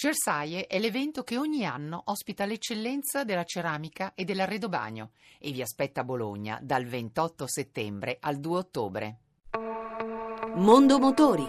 Cersaie è l'evento che ogni anno ospita l'eccellenza della ceramica e dell'arredobagno e vi aspetta a Bologna dal 28 settembre al 2 ottobre. Mondo Motori.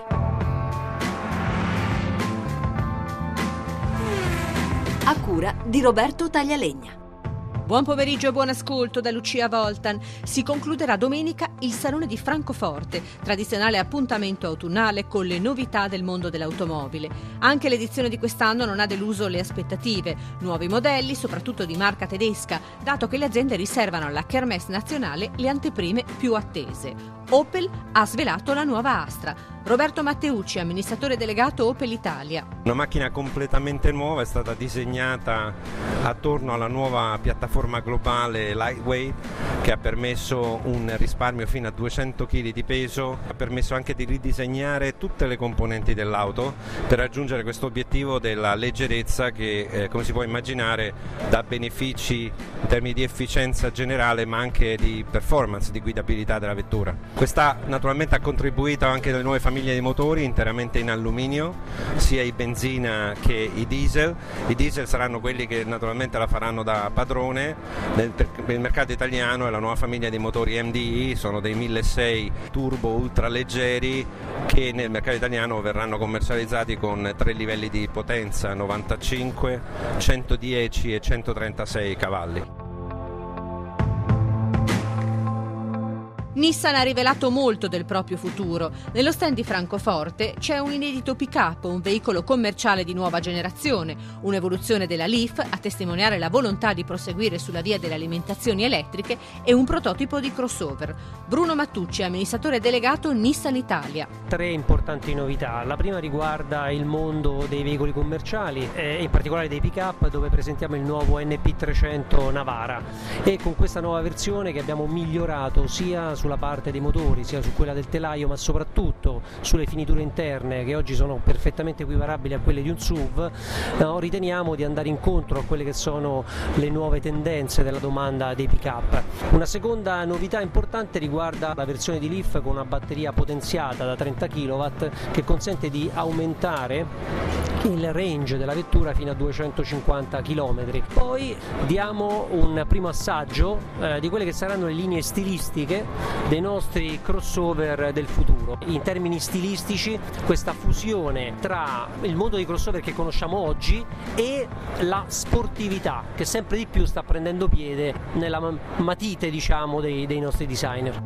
A cura di Roberto Taglialegna. Buon pomeriggio e buon ascolto da Lucia Voltan. Si concluderà domenica il Salone di Francoforte, tradizionale appuntamento autunnale con le novità del mondo dell'automobile. Anche l'edizione di quest'anno non ha deluso le aspettative. Nuovi modelli, soprattutto di marca tedesca, dato che le aziende riservano alla Kermesse nazionale le anteprime più attese. Opel ha svelato la nuova Astra. Roberto Matteucci, amministratore delegato Opel Italia. Una macchina completamente nuova, è stata disegnata attorno alla nuova piattaforma globale Lightweight, che ha permesso un risparmio fino a 200 kg di peso, ha permesso anche di ridisegnare tutte le componenti dell'auto per raggiungere questo obiettivo della leggerezza che, come si può immaginare, dà benefici in termini di efficienza generale ma anche di performance, di guidabilità della vettura. Questa naturalmente ha contribuito anche alle nuove famiglie di motori interamente in alluminio, sia i benzina che i diesel. I diesel saranno quelli che naturalmente la faranno da padrone nel mercato italiano, e la nuova famiglia di motori MDI sono dei 1600 turbo ultra leggeri che nel mercato italiano verranno commercializzati con 3 livelli di potenza, 95, 110 e 136 cavalli. Nissan ha rivelato molto del proprio futuro. Nello stand di Francoforte c'è un inedito pick-up, un veicolo commerciale di nuova generazione, un'evoluzione della Leaf a testimoniare la volontà di proseguire sulla via delle alimentazioni elettriche e un prototipo di crossover. Bruno Mattucci, amministratore delegato Nissan Italia. 3 importanti novità. La prima riguarda il mondo dei veicoli commerciali e in particolare dei pick-up, dove presentiamo il nuovo NP300 Navara, e con questa nuova versione che abbiamo migliorato sia sulla parte dei motori, sia su quella del telaio, ma soprattutto sulle finiture interne, che oggi sono perfettamente equiparabili a quelle di un SUV. Riteniamo di andare incontro a quelle che sono le nuove tendenze della domanda dei pick-up. Una seconda novità importante riguarda la versione di Leaf con una batteria potenziata da 30 kW che consente di aumentare il range della vettura fino a 250 km. Poi diamo un primo assaggio di quelle che saranno le linee stilistiche dei nostri crossover del futuro. In termini stilistici, questa fusione tra il mondo dei crossover che conosciamo oggi e la sportività che sempre di più sta prendendo piede nella matite, diciamo, dei nostri designer.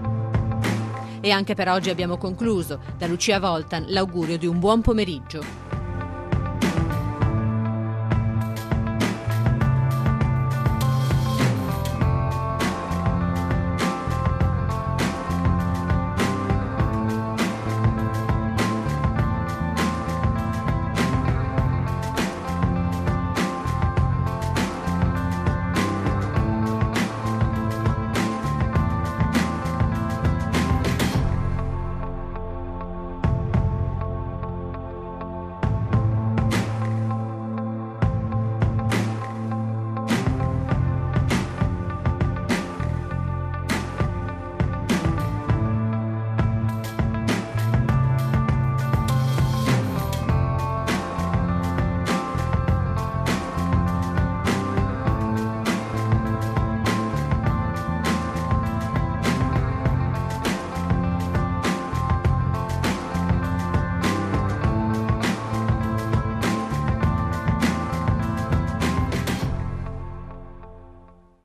E anche per oggi abbiamo concluso. Da Lucia Voltan l'augurio di un buon pomeriggio.